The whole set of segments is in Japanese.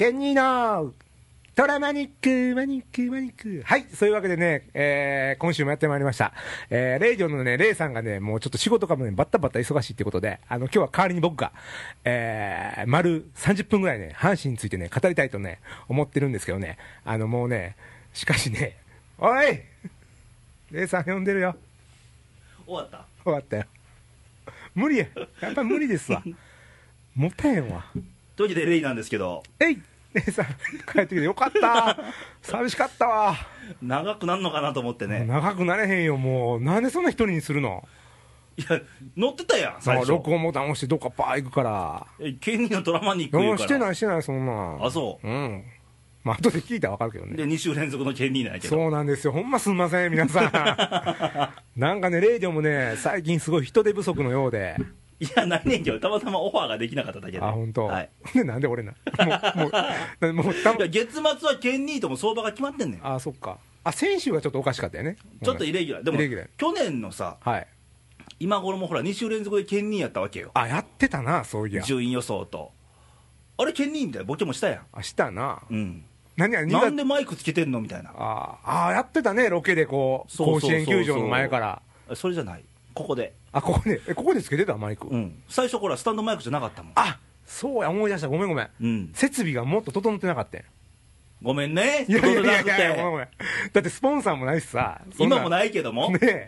ケニーのトラマニックマニックマニック。はい、そういうわけでね、今週もやってまいりました。レイジョンのね、レイさんがね、もうちょっと仕事かもね、バッタバッタ忙しいってことで、今日は代わりに僕が、丸30分ぐらいね、阪神についてね、語りたいとね、思ってるんですけどね、もうね、しかしね、おいレイさん呼んでるよ。 終わった。 終わったよ。無理や。やっぱり無理ですわ。もったいへんわ。 というわけでレイなんですけど、 レイさん帰ってきてよかった。寂しかったわ。 長くなるのかなと思ってね。 長くなれへんよ。もうなんでそんな一人にするの。 いや、乗ってたやん最初。 録音ボタン押してどっかパー行くから。 ケニーのトラマニック言うから。 してないしてないそんな。 あ、そう。 うん。まあ後で聞いたら分かるけどね。 で2週連続のケニーなんやけど。 そうなんですよ。ほんますんません皆さん。なんかねレイジョンもね最近すごい人手不足のようで。 いや、ないねんけど、たまたまオファーができなかっただけで。 あ、本当。 はい。 で、なんで俺な。もういや、月末はケンニーとも相場が決まってんねん。 あ、そっか。あ、先週はちょっとおかしかったよね。 ちょっとイレギュラー。でも、去年のさ、 はい。 今頃もほら、2週連続でケンニーやったわけよ。 あ、やってたな、そういや。 順位予想と。あれ、ケンニーみたいなボケもしたやん。 あ、したな。 うん。 なんでマイクつけてんのみたいな。 あ、やってたね、ロケでこう、甲子園球場の前から。 それじゃない。ここで。 あ、ここでつけてたマイク。 うん。最初これスタンドマイクじゃなかったもん。 あ、そうや、思い出した。ごめん。 うん。 設備がもっと整ってなかったん。 ごめんね。 いや、ごめん。だってスポンサーもないしさ。 今もないけども。 ね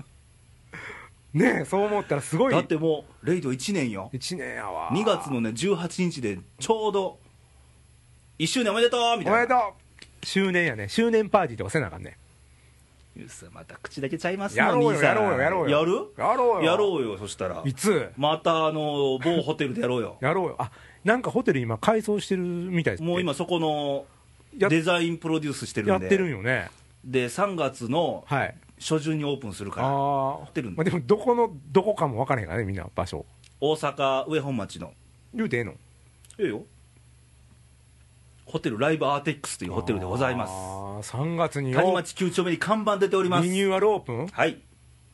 え、そう思ったらすごい。 だってもう、レイド1年よ。 1年やわ。 2月のね、18日でちょうど、1周年おめでとうみたいな。 おめでとう。周年やね。周年パーティーとかせなあかんね。 また口だけちゃいますの。やろうよ。 やろうよ、そしたら。 いつまた某ホテルでやろうよ。 やろうよ。あ、なんかホテル今改装してるみたいです。 もう今そこのデザインプロデュースしてるんで。 やってるんよね。 で、3月の初旬にオープンするから。ホテルまあ、でもどこかも分からへんからね、みんな場所。 大阪上本町の。 言うてええの？ ええよ。ホテルライブアーテックスというホテルでございます。 3月に谷町9丁目に看板出ております。 リニューアルオープン。 はい。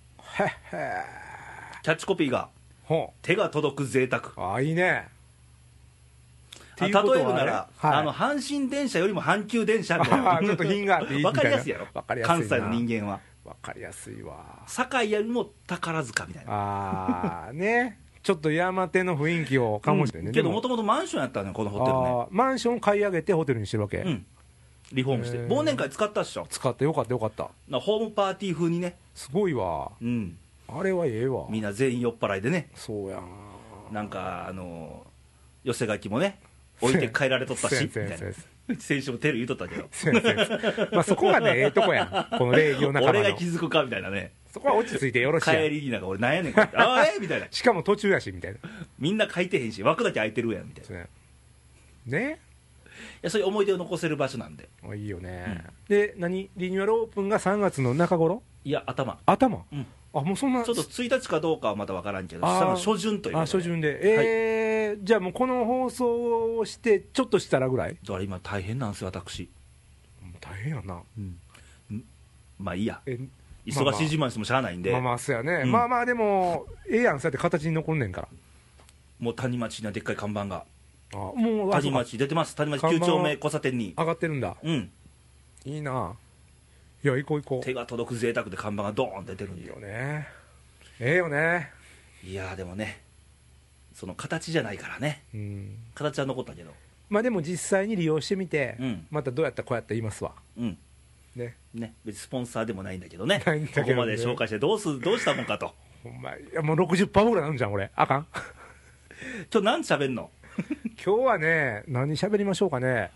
キャッチコピーが手が届く贅沢。 あ、いいね。 例えるなら、阪神電車よりも阪急電車みたいな。 ちょっと品があっていいみたいな。 分かりやすいやろ。関西の人間は分かりやすいわ。 堺よりも宝塚みたいな。 ああね。ちょっと山手の雰囲気を醸してね。 けどもともとマンションやったのよ、このホテルね。 マンションを買い上げてホテルにしてるわけ。 リフォームして。忘年会使ったっしょ。 使ってよかった。 ホームパーティー風にね。 すごいわ。あれはええわ。 みんな全員酔っ払いでね。 そうやん。 なんか寄せ書きもね置いて帰られとったしみたいな。先週もテル言うとったけど。 まあそこがね、ええとこやん。この礼儀の中の。 俺が気づくかみたいなね。 そこは落ち着いてよろしいやん。 帰りになんか俺なんやねんか。あえみたいな。 しかも途中やしみたいな。 みんな書いてへんし枠だけ空いてるやんみたいな。 ね。 いや、そういう思い出を残せる場所なんで。 いいよね。で、リニューアルオープンが3月の中頃？ いや、頭。 あ、もうそんな。 ちょっと1日かどうかはまだ分からんけど、初旬という。 初旬で。じゃあもうこの放送をしてちょっとしたらぐらい？ だから今大変なんですよ、私。 大変やな。 まあいいや。忙しい自慢してもしゃあないんで。 まあそうやね。まあでもええやん、そうやって形に残んねんから。もう谷町にはでっかい看板が。 もう谷町出てます。谷町9丁目交差点に上がってるんだ。いいな。いや、行こう。 手が届く贅沢で看板がドーン出てるんで。 いいよね。ええよね。 いやでもね、その形じゃないからね。形は残ったけど。 まあでも実際に利用してみて、またどうやったこうやって言いますわ。 ね、別にスポンサーでもないんだけどね。ここまで紹介してどうしたもんかと。 ほんま、いやもう 60% ぐらいなんじゃん俺。あかん。 今日何喋んの？ 今日はね、何喋りましょうかね。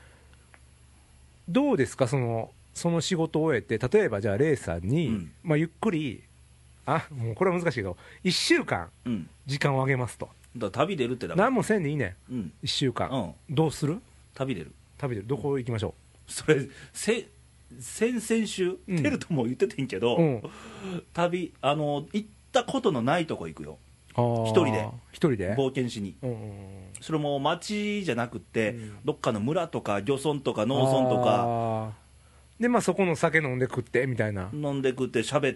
どうですか、その仕事を終えて、例えばじゃあレイさんに、まあゆっくり、もうこれは難しいけど、1週間時間をあげますと。 だから旅出るってだから何もせんでいいねん、1週間。どうする？ 旅出る。 どこ行きましょう？それ先々週テルとも言っててんけど、旅行ったことのないとこ行くよ。一人で冒険しに。それも町じゃなくて、どっかの村とか漁村とか農村とかで、まあそこの酒飲んで食ってみたいな。 飲んで食って喋って、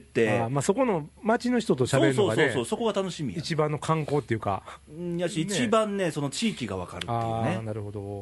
まあそこの町の人と喋るのがね、 そこが楽しみや。 一番の観光っていうか。 やし、一番ね、その地域が分かるっていうね。 なるほど。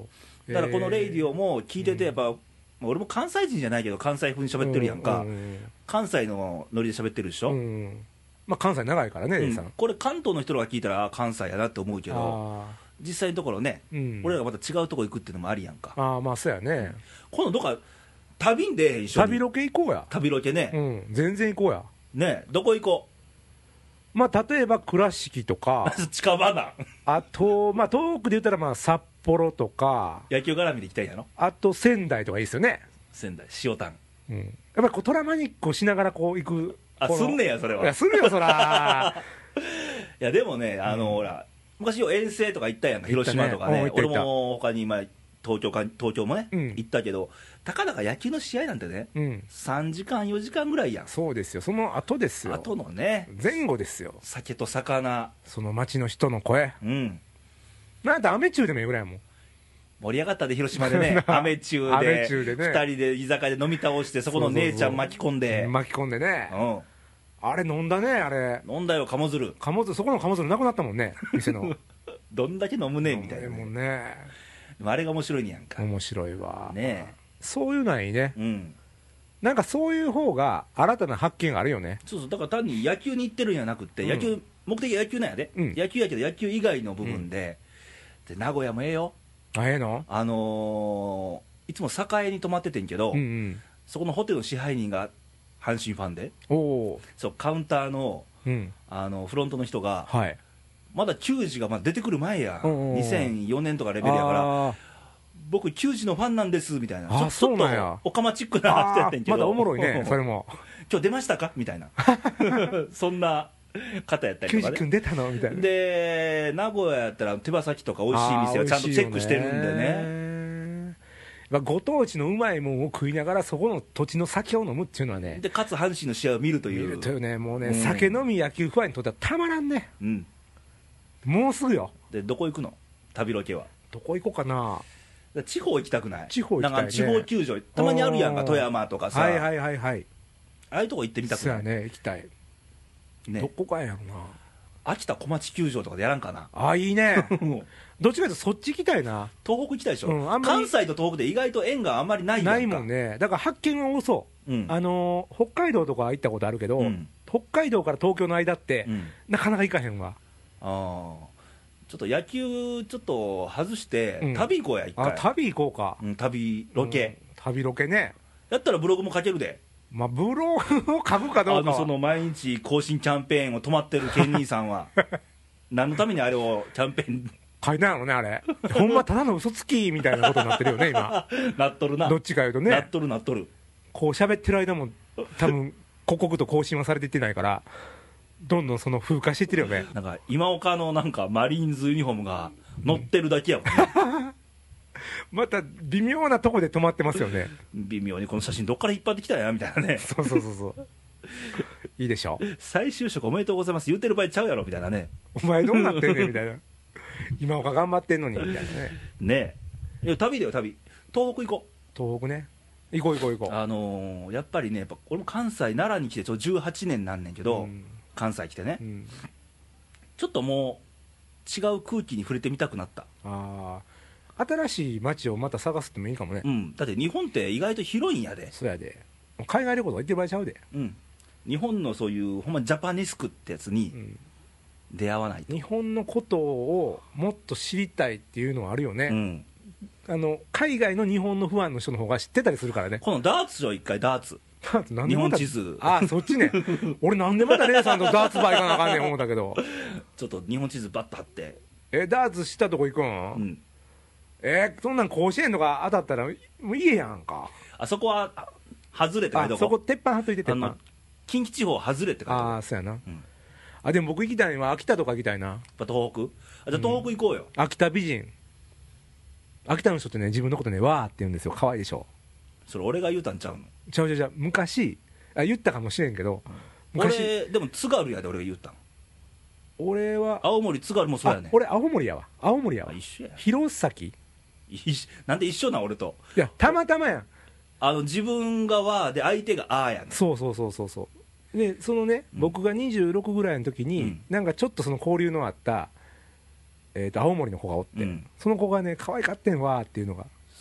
だからこのレイディオも聞いててやっぱ、俺も関西人じゃないけど関西風に喋ってるやんか、関西のノリで喋ってるでしょ、 まあ、関西長いからね、 これ関東の人が聞いたら関西やなって思うけど、実際のところね、俺らがまた違うとこ行くっていうのもありやんか。 まあそうやね。 今度どっか旅で一緒に旅ロケ行こうや。 旅ロケね、 全然行こうやね。どこ行こう。まあ例えば倉敷とか近場なあと、まあ、遠くで言ったらまあ札幌とか、 野球絡みで行きたいんやろ。 あと仙台とかいいですよね。 仙台塩タン、 やっぱりこうトラマニックをしながらこう行く。 すんねやそれは。 いやするよそらいやでもね、ほら昔遠征とか行ったやんか、広島とかね。俺も他に今東京もね、行ったけど、たかだか野球の試合なんてね、3時間4時間ぐらいやん。 そうですよ、その後ですよ。 後のね、 前後ですよ。 酒と魚、 その町の人の声、なんてアメ中でもいいぐらいもん。 盛り上がったで広島でねアメ中で2人で居酒屋で飲み倒して、そこの姉ちゃん巻き込んでね、あれ飲んだね。あれ飲んだよ、鴨汁。 そこの鴨汁なくなったもんね、店のどんだけ飲むねみたいなもんね。 あれが面白いんやんか。 面白いわね。 そういうのはいいね。なんかそういう方が新たな発見があるよね。 そうそう、だから単に野球に行ってるんじゃなくて、野球目的は野球なんやで、野球やけど野球以外の部分で、名古屋もええよ。 ええの？ いつも栄に泊まっててんけど、そこのホテルの支配人が阪神ファンで、そうカウンターの、フロントの人が、まだ球児が出てくる前や、2004年とかレベルやから、僕球児のファンなんですみたいな、ちょっとオカマチックな人やってんけど、 まだおもろいねそれも。 今日出ましたかみたいなそんな方やったりとかね。 球児くん出たのみたいな。 で名古屋やったら手羽先とか美味しい店をちゃんとチェックしてるんでね。 ご当地のうまいもんを食いながらそこの土地の酒を飲むっていうのはね。 でかつ阪神の試合を見るという。 見るというね、もうね、酒飲み野球ファンにとってはたまらんね。もうすぐよ。 でどこ行くの？旅ロケはどこ行こうかな。 地方行きたくない？ 地方行きたいね。 なんか地方球場たまにあるやんか、富山とかさ。ああいうとこ行ってみたくない？ そうやね、行きたいね。どこかやろな。 秋田小町球場とかでやらんかな。 いいねどっちかというとそっち行きたいな。 東北行きたいでしょ、関西と東北で意外と縁があんまりないやんか。 ないもんね。だから発見は多そう、北海道とかは行ったことあるけど、北海道から東京の間って、なかなか行かへんわ。 ちょっと野球ちょっと外して、旅行こうや一回。 旅行こうか。 旅ロケ、 旅ロケね。 やったらブログも書けるで。 ブログを書くかどうかはその毎日更新キャンペーンを止まってる県人さんは何のためにあれをキャンペーン書いてないのね、あれほんまただの嘘つきみたいなことになってるよね今なっとるな。 どっちかいうとね、 なっとるこう喋ってる間も多分刻々と更新はされていってないからどんどんその風化していってるよね。 なんか今岡のなんかマリーンズユニフォームが乗ってるだけやもんねまた微妙なとこで止まってますよね微妙にこの写真どっから引っ張ってきたんやみたいなねそういいでしょ。 再就職おめでとうございます言ってる場合ちゃうやろみたいなね。 お前どうなってんねんみたいな今岡頑張ってんのにみたいなね。 ねえ、いや旅だよ旅。東北行こう。 東北ね、行こう。 やっぱりね、俺も関西奈良に来て18年なんねんけど、関西来てね、ちょっともう違う空気に触れてみたくなった。 新しい街をまた探すってもいいかもね。 だって日本って意外と広いんやで。 そうやで。海外旅行とか行ってる場合ちゃうで。 日本のそういうほんまジャパネスクってやつに出会わないと。 日本のことをもっと知りたいっていうのはあるよね。海外の日本のファンの人の方が知ってたりするからね。 このダーツ場一回ダーツ日本地図。 そっちね俺なんでまたレイさんとダーツバー行かなあかんねん思ったけどちょっと日本地図バッと貼って。 ダーツしたとこ行くん？そんなん甲子園とか当たったらもう家やんか。 あそこは外れって書いておこう。 そこ鉄板貼っといて。鉄板近畿地方外れって書いておこう。 そうやな。でも僕行きたいのは秋田とか行きたいな。 東北？じゃあ東北行こうよ。 秋田美人。秋田の人ってね自分のことねわーって言うんですよ。可愛いでしょ。 それ俺が言うたんちゃうの？ ちゃう昔言ったかもしれんけど、 俺でも津軽やで俺が言ったの。俺は青森津軽もそうやね。 俺青森やわ。 一緒や。 弘前なんで一緒なん俺と。 いやたまたまやん。 自分がわで相手があやねん。 そうでそのね、僕が26ぐらいの時に、なんかちょっとその交流のあった青森の子がおって、その子がね可愛かってんわっていうのが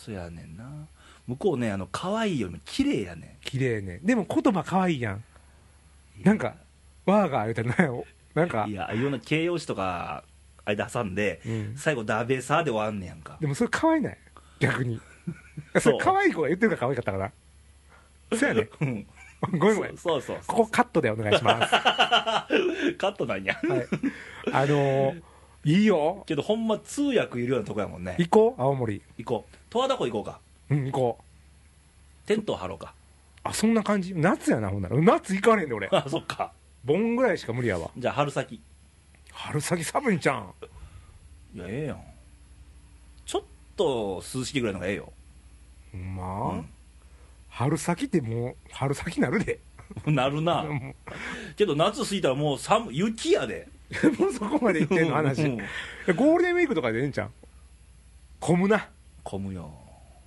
そうやねんな。向こうね、可愛いよりも綺麗やねん。 綺麗ね。でも言葉可愛いやん。なんかワーガー言うたらなんかいや、いろんな形容詞とか間挟んで、最後ダベサーで終わんねやんか。 でもそれ可愛いない逆に。それ可愛い子が言ってるから可愛かったから。そうやね。ごめんごめん。 そうここカットでお願いします。 カットなんや。 はい。いいよ。 けどほんま通訳いるようなとこやもんね。 行こう、青森。 行こう。十和田湖行こうか。 行こう。 テント張ろうか。 あ、そんな感じ。夏やな、ほんなら。夏行かねえんで俺。 あ、そっか。 盆ぐらいしか無理やわ。 じゃあ春先。 春先寒いんちゃん。 いや、ええやん。ちょっと涼しいぐらいのがええよ。 ほんま、春先ってもう春先なるで。 なるな。けど夏過ぎたらもう雪やで。 もうそこまで言ってんの話。ゴールデンウィークとかでええんちゃん。混むな。 混むよ。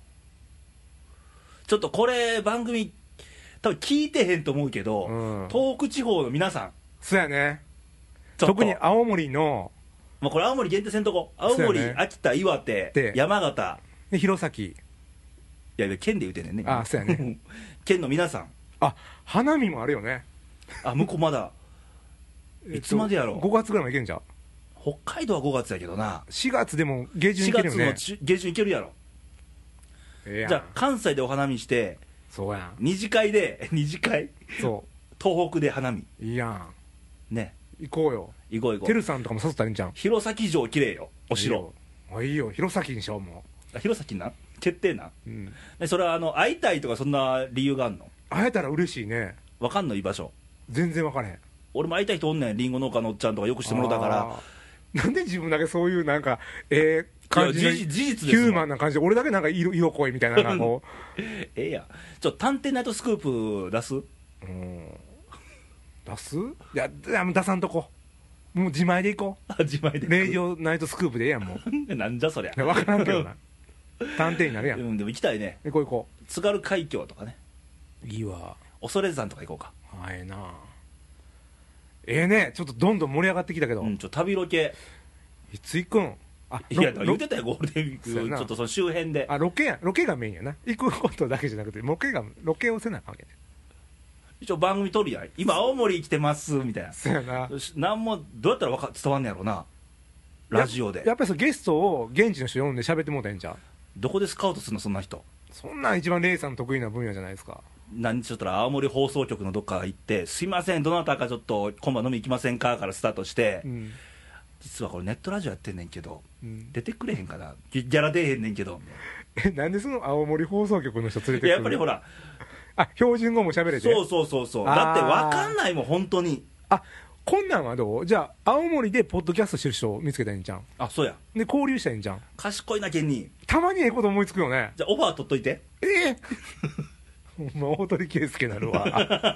ちょっとこれ番組多分聞いてへんと思うけど、東北地方の皆さん、 そうやね。特に青森の、 まあ、これ青森限定せんとこ。青森、秋田、岩手、山形で弘前。 いやいや、県で言うてんねんね。 あ、そうやね。 県の皆さん。 あ、花見もあるよね。 あ、向こうまだいつまでやろう。 5月ぐらいもいけんじゃん。 北海道は5月やけどな。 4月でも下旬いけるよね。 4月の下旬いけるやろ。じゃあ関西でお花見して、 そうやん。 二次会で東北で花見。 いいやんね。 行こうよ。 行こう行こう。 てるさんとかも誘ったらいいんじゃん。 弘前城綺麗よ、お城。 あ、いいよ、弘前にしよう。もう弘前な決定な。それは会いたいとかそんな理由があんの？ 会えたら嬉しいね。 分かんの？居場所全然分からへん。 俺も会いたい人おんねん。リンゴ農家のおっちゃんとかよくしてもらったから。 なんで自分だけそういうなんか感じの事実ヒューマンな感じで、俺だけなんか色濃いみたいななんかこうええやん。探偵ナイトスクープ出す？ 出す？いや出さんとこ。もう自前でいこう。 自前で。 レイディオナイトスクープでええやんもう。なんじゃそりゃ。 分からんけどな。探偵になるやん。 でも行きたいね。 行こう行こう。津軽海峡とかね。 いいわ。 恐山とか行こうか。 ええな。ね。ちょっとどんどん盛り上がってきたけど。 旅ロケいつ行くん？ いや、言ってたよ、ゴールデンウィーク。ちょっとその周辺で。 ロケがメインやな。行くことだけじゃなくて、ロケをせなあかんわけね。 一応番組撮るやん。今青森来てますみたいな。 そうやな。 なんもどうやったら伝わんねやろうな、ラジオで。 やっぱりゲストを現地の人呼んで喋ってもうたんじゃん。 どこでスカウトするの、そんな人。 そんなん一番レイさん得意な分野じゃないですか。 何ちょっと青森放送局のどっか行って、すいません、どなたかちょっと今晩飲み行きませんかからスタートして、実はこれネットラジオやってんねんけど、出てくれへんかな、ギャラ出えへんねんけど。 なんでその青森放送局の人連れてくるの？ やっぱりほら、 標準語も喋れて。 そうだって分かんないもん、本当に。 こんなんはどう？じゃあ青森でポッドキャストしてる人を見つけたらいいんじゃん。 そうや。 で交流したらいいんじゃん。 賢いな、県に。 たまにええこと思いつくよね。 じゃあオファー取っといて。 もう大鳥圭介なるわ。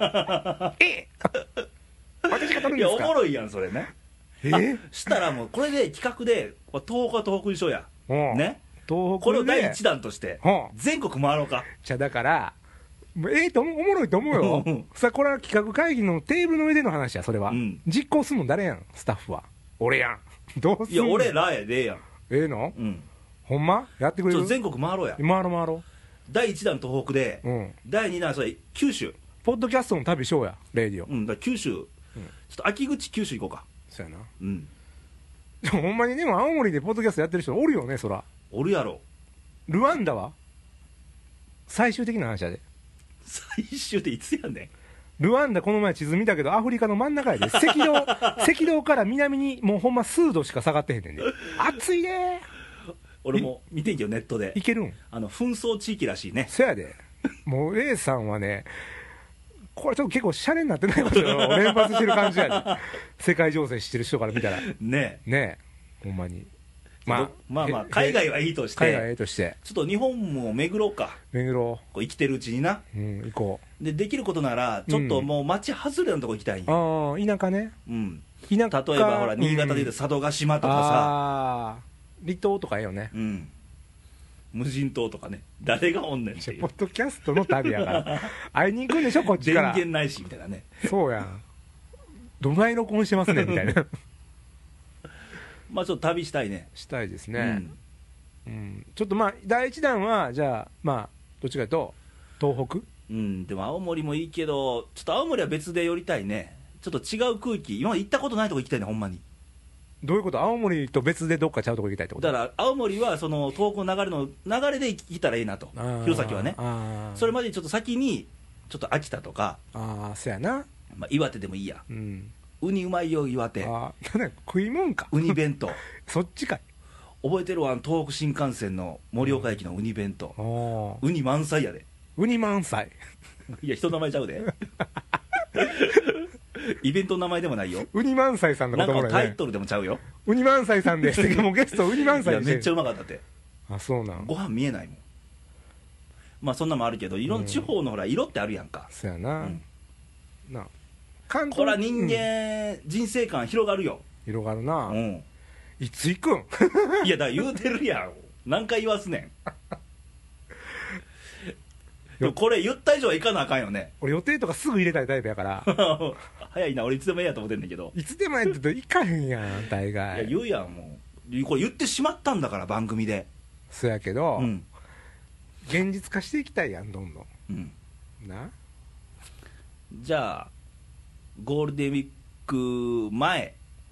私が取るんですか？ いや、おもろいやん、それね。したらもうこれで企画で東北は東北にしようやね。 東北でこれを第一弾として全国回ろうか。 じゃあだからおもろいと思うよ。さあこれは企画会議のテーブルの上での話や。それは実行するの誰やん？スタッフは俺やん。どうすんの？ いや、俺らやでええやん。 ええの？ほんまやってくれる？ 全国回ろうや。 回ろう。 第1弾東北で、第2弾それ九州。 ポッドキャストの旅しようや、レディオ。 だ九州、ちょっと秋口九州行こうか。 そうやな。ほんまにでも青森でポッドキャストやってる人おるよね、そら。 おるやろ。 ルワンダは最終的な話やで。 最終っていつやねん。 ルワンダこの前地図見たけどアフリカの真ん中やで。赤道から南にもうほんま数度しか下がってへんねんで。暑いで。 俺も見てんけどネットで。 いけるん？ 紛争地域らしいね。 そやで。もう A さんはね、これちょっと結構シャレになってないことを連発してる感じやで。世界情勢知ってる人から見たらねえほんまに。 まあ海外はいいとして、ちょっと日本も巡ろうか。こう生きてるうちにな。 行こう。できることならちょっともう町外れのとこ行きたいんや。田舎ね。 例えばほら新潟でいうと佐渡島とかさ、 離島とかよね。 無人島とかね。誰がおんねんっていう。 ポッドキャストの旅やから会いに行くんでしょ、こっちから。 電源ないしみたいなね。 そうやん。どない録音してますねみたいな。 まあちょっと旅したいね。 したいですね。 うん、ちょっとまあ第1弾はじゃあまあどっちかというと東北、 うん、でも青森もいいけど、ちょっと青森は別で寄りたいね。ちょっと違う空気、今まで行ったことないとこ行きたいね、ほんまに。 どういうこと？青森と別でどっかちゃうとこ行きたいってこと？ だから青森はその東北の流れで行ったらいいなと、弘前はね。それまでちょっと先にちょっと秋田とか、 そやな、 まあ、岩手でもいいや、 うん、 ウニうまいよ岩手。 食いもんかウニ弁当そっちかい。 覚えてるわ、東北新幹線の盛岡駅のウニ弁当、ウニ満載やで。 ウニ満載いや人の名前ちゃうでイベントの名前でもないよ。 ウニ満載さんのこともなんかタイトルでもちゃうよ。 ウニ満載さんですもうゲストウニ満載でめっちゃうまかったって。 そうなん。 ご飯見えないもん。まあそんなもあるけど、地方のほら色ってあるやんか。 そうやな、 な関東こら人間、人生観広がるよ。 広がるな、いつ行くんいやだから言うてるやん、何回言わすねんでもこれ言った以上は行かなあかんよね。 俺予定とかすぐ入れたいタイプやから早いな、俺いつでもええやと思ってんだけど。 いつでもええって言うと行かへんやん大概。 いや言うやん、もうこれ言ってしまったんだから番組で。 そうやけど、現実化していきたいやんどんどん、な。 じゃあゴールデンウィーク前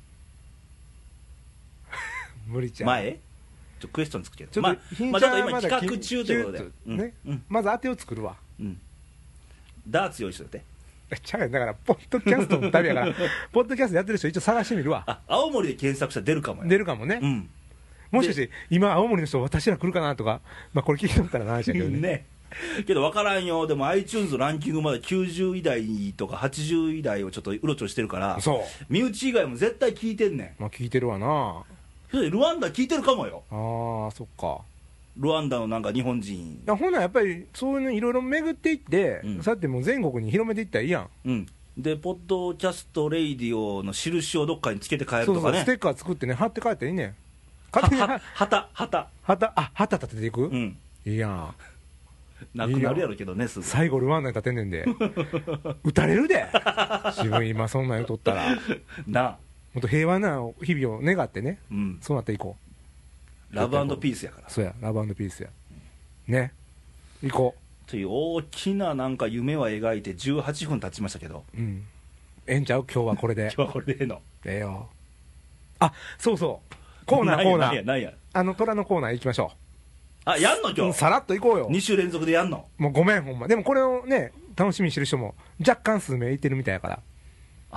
無理ちゃう。 前クエスチョンつくけど、 ちょっと今企画中ということで、 まず当てを作るわ。 ダーツ用意しといて。 ちゃうやん、だからポッドキャストの旅やからポッドキャストやってる人一応探してみるわ。 青森で検索したら出るかもよ。 出るかもね、もしかして今青森の人私ら来るかなとか、まあこれ聞いてみたら話やけどねけど分からんよ。でも iTunes のランキングまで90位台とか80位台をちょっとうろちょろしてるから、身内以外も絶対聞いてんねん。 まあ聞いてるわな。 ルワンダ聞いてるかもよ。 そっか。 ルワンダのなんか日本人。 ほなやっぱりそういうのいろいろ巡っていって、そうやってもう全国に広めていったらいいやん。 でポッドキャストレイディオの印をどっかにつけて帰るとかね。 そうステッカー作ってね貼って帰ったらいいねん。 旗立てていく。いいやん。 なくなるやろけどね、すぐ最後ルワンダに立てんねんで撃たれるで自分今そんなん言うとったらな。 もっと平和な日々を願ってね、そうなっていこう。ラブ&ピースやから。 そうや、ラブ&ピースやね。行こうという大きななんか夢は描いて18分経ちましたけど、 ええんちゃう今日はこれで今日はこれでええの。 ええよ。そうそうコーナー虎のコーナー行きましょう。やんの今日。 さらっと行こうよ。 2週連続でやんの。 もうごめんほんま。でもこれをね楽しみにしてる人も若干数名いてるみたいやから。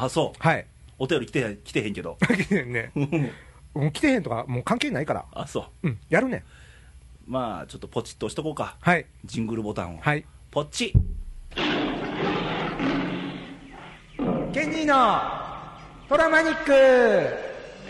そう。 はい。 お便り来てへんけど。 来てへんね。もう来てへんとかもう関係ないから。 そう。 やるね。 まあちょっとポチッと押しとこうか。 はい。 ジングルボタンを。 はい。 ポチ。 ケニーのトラマニック。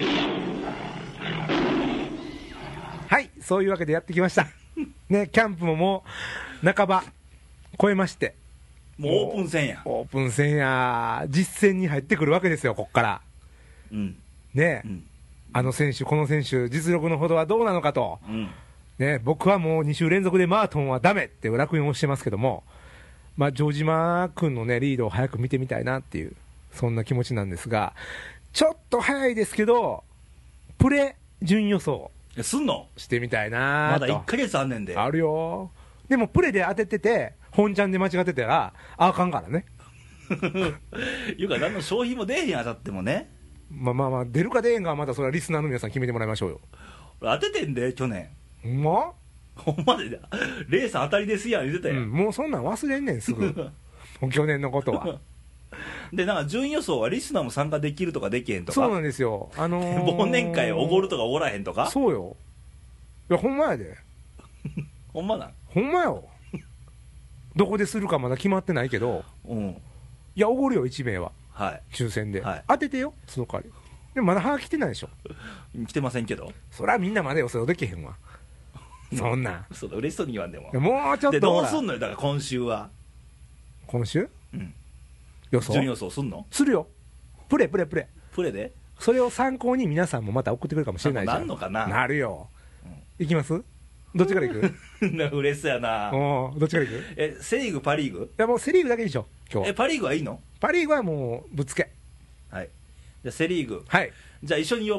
はい、そういうわけでやってきましたね。キャンプももう半ば超えまして、 もうオープン戦や。 オープン戦や。実戦に入ってくるわけですよ、こっから。ね、あの選手、この選手、実力のほどはどうなのかと、ね、僕はもう2週連続でマートンはダメって楽園をしてますけども、まあ、城島君の、ね、リードを早く見てみたいなっていう、そんな気持ちなんですが、ちょっと早いですけど、プレ順予想すんのしてみたいな。 まだ1ヶ月あんねんで。 あるよ。でもプレで当ててて本ちゃんで間違ってたらあかんからねいうか何の商品も出えへん当たってもね。 まあ出るか出えへんかはまたそれはリスナーの皆さん決めてもらいましょうよ。 当ててんで去年。 ほんまでレース当たりですやん言ってたやん、 もうそんなん忘れんねんすぐ去年のことはでなんか順予想はリスナーも参加できるとかできへんとか。 そうなんですよ。 忘年会おごるとかおごらへんとか。 そうよ。いやほんまやでほんまなん。 ほんまよどこでするかまだ決まってないけど、いやおごるよ1名は、抽選で、当ててよその代わり。でもまだ歯来てないでしょ。 来てませんけど。 そりゃみんなまで予想できへんわそんなんそうだ嬉しそうに言わんでも。 もうちょっとでどうすんのよだから今週は。 今週予想順予想すんの。 するよ。プレでそれを参考に皆さんもまた送ってくるかもしれないじゃん。 なるのかな。 なるよ。いきます。どっちからいく嬉しそうやな。 どっちからいく。 セ・リーグパ・リーグ。 いやもうセ・リーグだけでしょ今日。 パ・リーグはいいの。 パ・リーグはもうぶつけ。 はい。じゃあセ・リーグ。 はい。 じゃあ一緒に言おうか。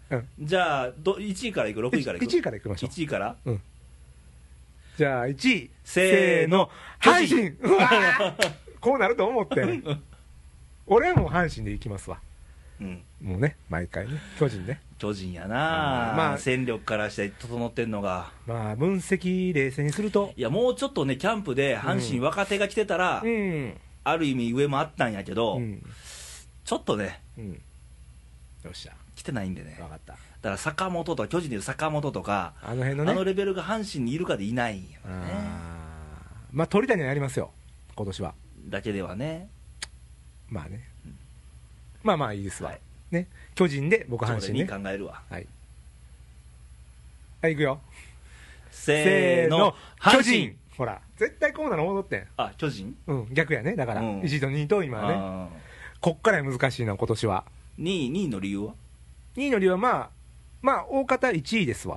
じゃあ1位からいく、6位からいく、 1位からいきましょう。 1位から、 じゃあ1位、 せーの、 阪神。うわこうなると思って俺はもう阪神でいきますわ。もうね、毎回ね、巨人ね。 巨人やな、戦力からして整ってんのが、 分析冷静にすると、 いや、もうちょっとね、キャンプで阪神若手が来てたら、ある意味上もあったんやけど、ちょっとね、 よっしゃ、 来てないんでね。 分かった。 だから坂本とか、巨人でいう坂本とか、 あの辺のね、 あのレベルが阪神にいるかでいないんやね。 鳥谷はやりますよ、今年は。 だけではね。 まあいいですわ。ね、巨人で僕阪神ね。 考えるわ。 はい。はい、いくよ。 せーの、 巨人。ほら、絶対こうなの戻ってん。 巨人？ 逆やね。だから、1位と2位と今はね。こっから難しいな、今年は。 2位の理由は？ 2位の理由はまあ、大方1位ですわ。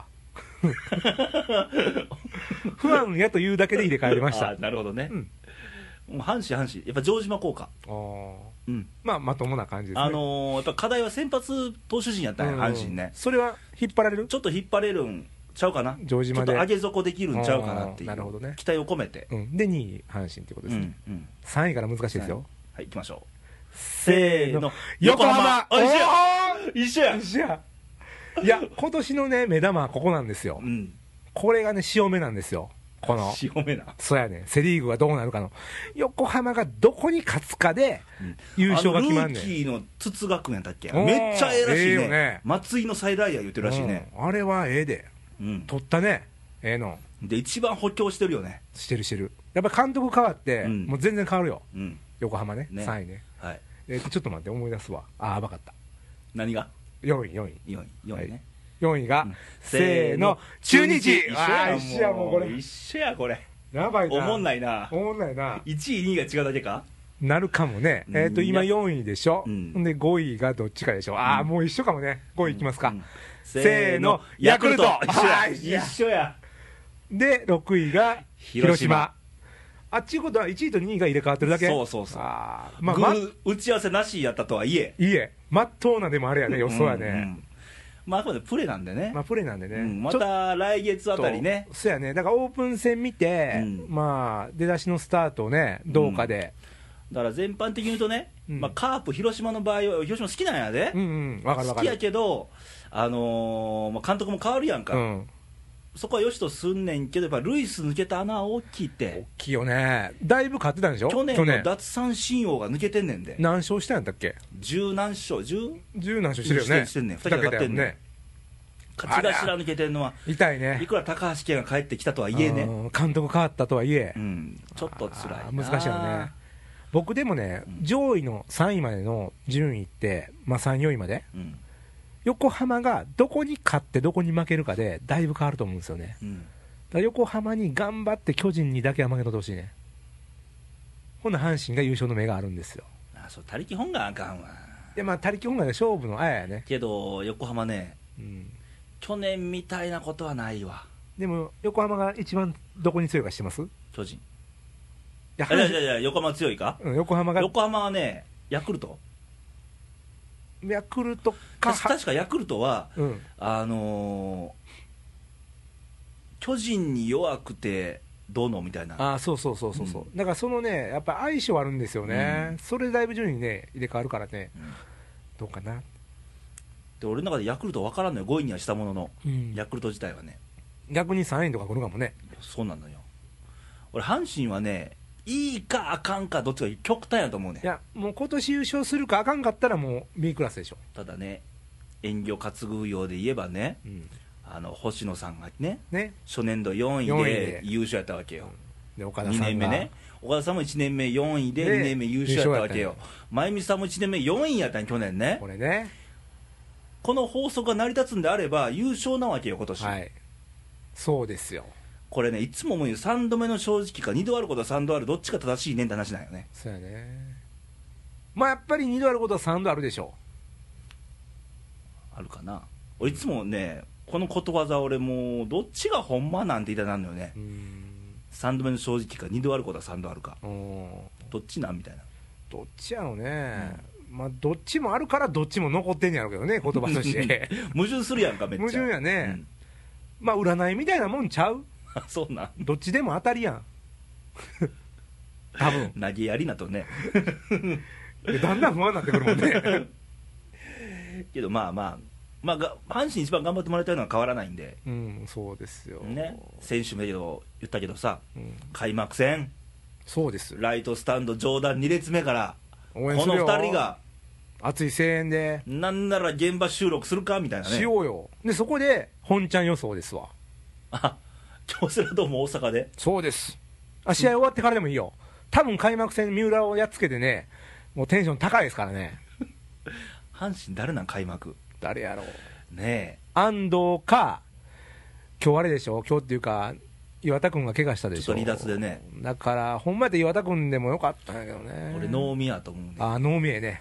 不安やというだけで入れ替えました。 なるほどね。阪神、やっぱ城島効果。 まともな感じですね。 やっぱ課題は先発投手陣やったんや、阪神ね。 それは引っ張られる？ ちょっと引っ張れるんちゃうかな、 城島でちょっと上げ底できるんちゃうかなっていう、 なるほどね、 期待を込めて。 で、2位、阪神ってことですね。3位から難しいですよ。 はい、行きましょう。 せーの、横浜。 一緒や。 いや、今年のね、目玉はここなんですよ。これがね、潮目なんですよ。この潮目な。 そうやね、セリーグがどうなるかの、横浜がどこに勝つかで優勝が決まんねん。 ルーキーの筒学園だっけ、めっちゃええらしいね。松井の最大や言ってるらしいね。 あれはええで、取ったね、ええので一番補強してるよね。 してる。やっぱ監督変わってもう全然変わるよ。横浜ね、3位ね。ちょっと待って、思い出すわ。分かった。 何が ？4位ね。4位が、 せーの、 中日。 一緒や、もうこれ。一緒や、これ。 やばいな。 おもんないな。 1 位、2位が違うだけかなるかもね。今4位でしょ。で、5位がどっちかでしょ。もう一緒かもね。5位いきますか。せーの、ヤクルト。 一緒や。 で、6位が、広島。あっちゅうことは1位と2位が入れ替わってるだけ。 そう打ち合わせなしやったとはいえ。 まっとうなでもあれやね、予想やね。 あくまでプレなんでね。 プレなんでね。 また来月あたりね。 そうやね。だからオープン戦見て、出だしのスタートをね、どうかで。 だから全般的に言うとね、カープ、広島の場合は、広島好きなんやで。好きやけど、監督も変わるやんか。そこはよしとすんねんけど、やっぱルイス抜けた穴は大きいって。 大きいよね。だいぶ勝ってたんでしょ。 去年の奪三振王が抜けてんねんで。 何勝したんやったっけ ？10何勝 10何勝してるよね。 してんねん。2人が勝ってんねん。勝ち頭抜けてんのは痛いね。 いくら高橋家が帰ってきたとはいえね。 監督変わったとはいえ。 ちょっと辛いな。 難しいよね。僕でもね、上位の3位までの順位って、3、4位まで。横浜がどこに勝ってどこに負けるかでだいぶ変わると思うんですよね。だから横浜に頑張って巨人にだけは負けとってほしいね。ほんな阪神が優勝の目があるんですよ。 そう、他力本願あかんわ。 いや、他力本願で勝負のあややね。 けど横浜ね、去年みたいなことはないわ。 でも横浜が一番どこに強いか知ってます？ 巨人。いや横浜強いか？横浜はね、ヤクルトか。確かヤクルトは、巨人に弱くてどうのみたいな。 そう、だからそのね、やっぱ相性あるんですよね。それでだいぶ順位ね入れ替わるからね、どうかな。 で俺の中でヤクルト分からんのよ、5位にはしたものの、ヤクルト自体はね。 逆に3位とか来るかもね。 そうなのよ。俺阪神はね、いいかあかんかどっちか極端やと思うね。 いや、もう今年優勝するかあかんかったらもう B クラスでしょ。 ただね、遠慮担ぐようで言えばね、星野さんがね初年度4位で優勝やったわけよ。 で岡田さん 2年目ね、岡田さんも1年目4位で2年目優勝やったわけよ。真由美さんも1年目4位やったん去年ね。 これね、 この法則が成り立つんであれば優勝なわけよ今年。 そうですよ。 これね、いつも思うよ、3度目の正直か2度あることは3度ある、どっちが正しいねんって話なんよね。 そうやね。やっぱり2度あることは3度あるでしょう。あるかな。俺いつもね、このことわざ俺もうどっちがほんまなんて言いたなんのよね。3度目の正直か2度あることは3度あるか、どっちなんみたいな。 どっちやろうね。 まあ、どっちもあるからどっちも残ってんやろうけどね、言葉として矛盾するやんか、めっちゃ。 矛盾やね、まあ占いみたいなもんちゃうそうなん。 どっちでも当たりやん多分投げやりなとねだんだん不安になってくるもんねけどまあまあ阪神一番頑張ってもらいたいのは変わらないんで、 そうですよね、選手も言ったけどさ、開幕戦そうです、 ライトスタンド上段2列目からこの応援するよ 2人が熱い声援でなんなら現場収録するかみたいなね。 しようよ。でそこで本ちゃん予想ですわ。 京セラドーム大阪で。 そうです。試合終わってからでもいいよ。多分開幕戦三浦をやっつけてね、もうテンション高いですからね阪神誰なん開幕。 誰やろうねえ、 安藤か、今日あれでしょ、今日っていうか岩田君が怪我したでしょ、 ちょっと離脱でね。 だからほんまやって岩田君でもよかったんやけどね。 俺能見やと思うんで。 能見えね、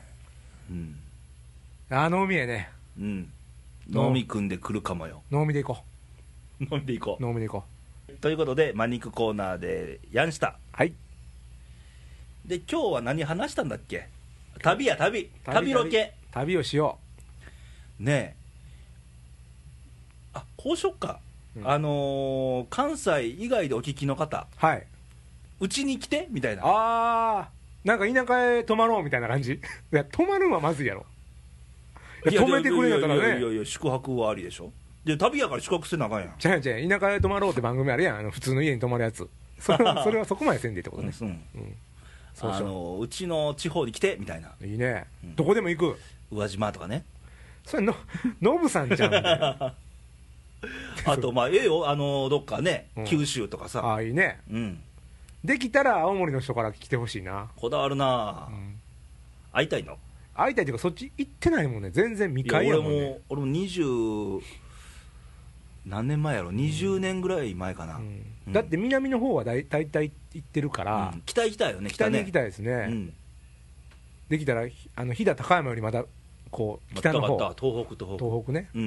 能見えね、 能見組んでくるかもよ。 能見でいこ能見でいこう、能見でいこうということで、マニックコーナーでやんした。 はい。 で今日は何話したんだっけ。旅ロケ。 旅をしよねえ、こうしよっか、関西以外でお聞きの方、 はい、 うちに来てみたいな。 なんか田舎へ泊まろうみたいな感じいや泊まるのはまずいやろ。泊めてくれんやったらね。 いや宿泊はありでしょ。で旅やから宿泊せなあかんやん。 違う田舎へ泊まろうって番組あるやん、普通の家に泊まるやつ。それはそこまでせんでいいってことね。 うちの地方に来てみたいな。 いいね、どこでも行く。 宇和島とかね。 それノブさんじゃんみたいなあとよ、どっかね、九州とかさ。 いいね、できたら青森の人から来てほしいな。 こだわるな、会いたいの。 会いたいっていうか、そっち行ってないもんね、全然未開やもんね。 俺も20何年前やろ、20年ぐらい前かな、 だって南の方は大体行ってるから、 北行きたいよね。 北に行きたいですね、できたら飛騨高山よりまだこう北の方、東北ね、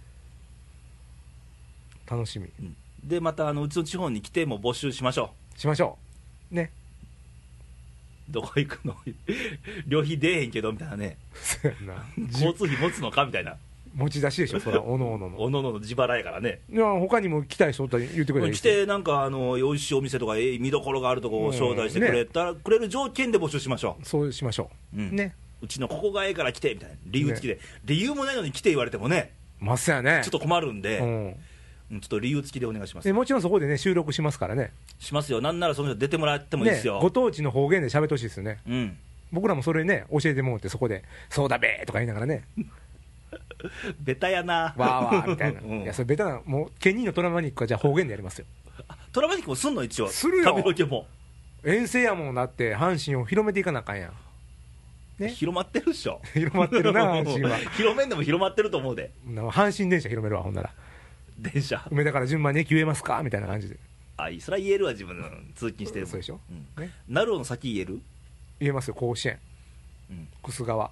楽しみ、 でまたうちの地方に来ても募集しましょうね。 どこ行くの旅費出えへんけどみたいなね。 そうやな交通費持つのかみたいな。 持ち出しでしょ、それはおのおののおのおのの自腹やからね。 いや他にも来たい人と言ってくれたらいい。 来てなんかおいしいお店とか見どころがあるとこを招待してくれる条件で募集しましょう。 そうしましょう、ね。 うちのここがええから来てみたいな理由付きで、理由もないのに来て言われてもね、 ますやね、 ちょっと困るんで、ちょっと理由付きでお願いします。 もちろんそこでね収録しますからね。 しますよ。なんならその人出てもらってもいいですよ。 ご当地の方言で喋ってほしいですよね。僕らもそれね教えてもらって、そこでそうだべーとか言いながらねベタやなわーわーみたいな、いやそれベタな、もうケニーのトラマニックはじゃあ方言でやりますよ。 トラマニックもすんの。一応するよ。 旅ロケも遠征やもん。だって阪神を広めていかなあかんやん、 ね、広まってるっしょ広まってるな阪神は広めんでも広まってると思うで。 阪神電車広めるわ、ほんなら。 電車梅田から順番に駅言えますかみたいな感じで。 それは言えるわ、自分の通勤してるもん。 そうでしょ、 鳴尾の先言える。 言えますよ、甲子園、楠川、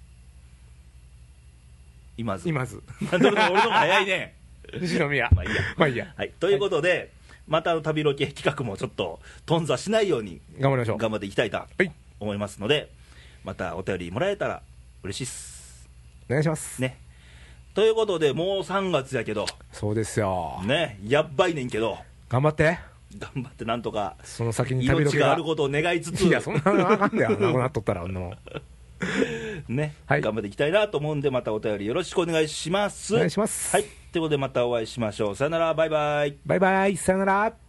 今津俺の方が早いね西宮まあいいや、はい、ということで、また旅ロケ企画もちょっと頓挫しないように頑張りましょう。 頑張っていきたいと思いますので、またお便りもらえたら嬉しいっす。 お願いしますね。ということで、もう3月やけど。 そうですよね、やっばいねんけど、 頑張ってなんとかその先に旅ロケ命があることを願いつつ、 いやそんなのあかんだよ、なくなっとったらね、頑張っていきたいなと思うんで、またお便りよろしくお願いします。 お願いします。 はい、ということでまたお会いしましょう。さよなら、バイバイ。 バイバイ、さよなら。